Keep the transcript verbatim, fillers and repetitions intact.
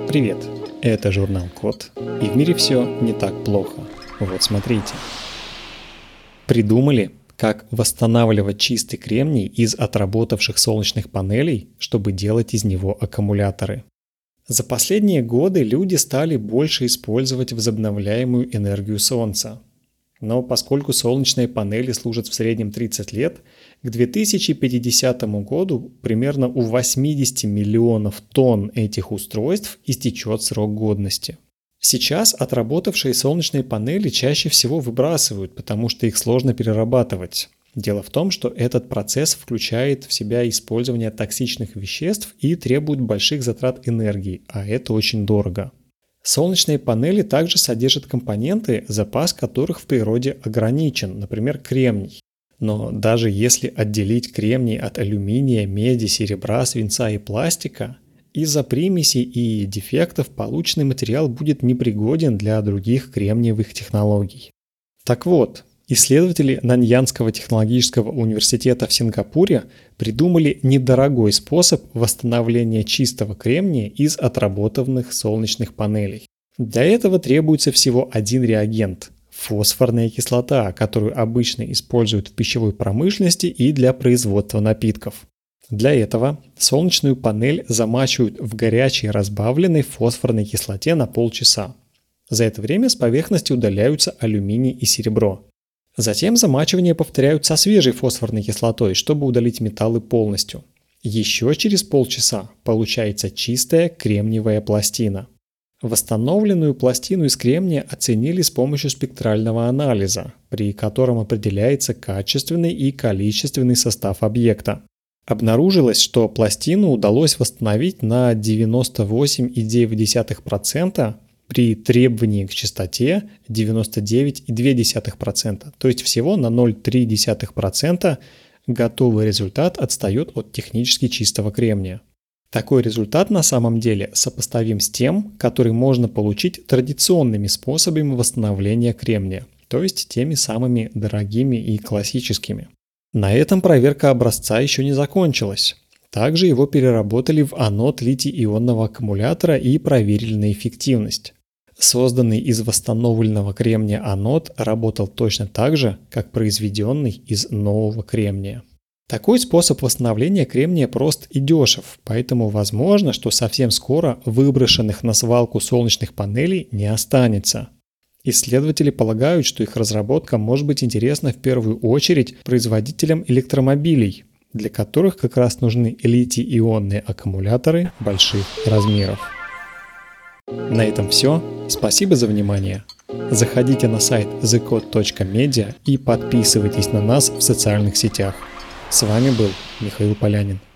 Привет, это журнал Код, и в мире все не так плохо. Вот смотрите. Придумали, как восстанавливать чистый кремний из отработавших солнечных панелей, чтобы делать из него аккумуляторы. За последние годы люди стали больше использовать возобновляемую энергию Солнца. Но поскольку солнечные панели служат в среднем тридцать лет, к две тысячи пятидесятому году примерно у восемьдесят миллионов тонн этих устройств истечет срок годности. Сейчас отработавшие солнечные панели чаще всего выбрасывают, потому что их сложно перерабатывать. Дело в том, что этот процесс включает в себя использование токсичных веществ и требует больших затрат энергии, а это очень дорого. Солнечные панели также содержат компоненты, запас которых в природе ограничен, например, кремний. Но даже если отделить кремний от алюминия, меди, серебра, свинца и пластика, из-за примесей и дефектов полученный материал будет непригоден для других кремниевых технологий. Так вот, исследователи Наньянского технологического университета в Сингапуре придумали недорогой способ восстановления чистого кремния из отработанных солнечных панелей. Для этого требуется всего один реагент – фосфорная кислота, которую обычно используют в пищевой промышленности и для производства напитков. Для этого солнечную панель замачивают в горячей разбавленной фосфорной кислоте на полчаса. За это время с поверхности удаляются алюминий и серебро. Затем замачивание повторяют со свежей фосфорной кислотой, чтобы удалить металлы полностью. Еще через полчаса получается чистая кремниевая пластина. Восстановленную пластину из кремния оценили с помощью спектрального анализа, при котором определяется качественный и количественный состав объекта. Обнаружилось, что пластину удалось восстановить на девяносто восемь целых девять десятых процента при требовании к чистоте девяносто девять целых две десятых процента, то есть всего на ноль целых три десятых процента готовый результат отстает от технически чистого кремния. Такой результат на самом деле сопоставим с тем, который можно получить традиционными способами восстановления кремния, то есть теми самыми дорогими и классическими. На этом проверка образца еще не закончилась. Также его переработали в анод литий-ионного аккумулятора и проверили на эффективность. Созданный из восстановленного кремния анод работал точно так же, как произведенный из нового кремния. Такой способ восстановления кремния прост и дешев, поэтому возможно, что совсем скоро выброшенных на свалку солнечных панелей не останется. Исследователи полагают, что их разработка может быть интересна в первую очередь производителям электромобилей, для которых как раз нужны литий-ионные аккумуляторы больших размеров. На этом все. Спасибо за внимание. Заходите на сайт the code точка media и подписывайтесь на нас в социальных сетях. С вами был Михаил Полянин.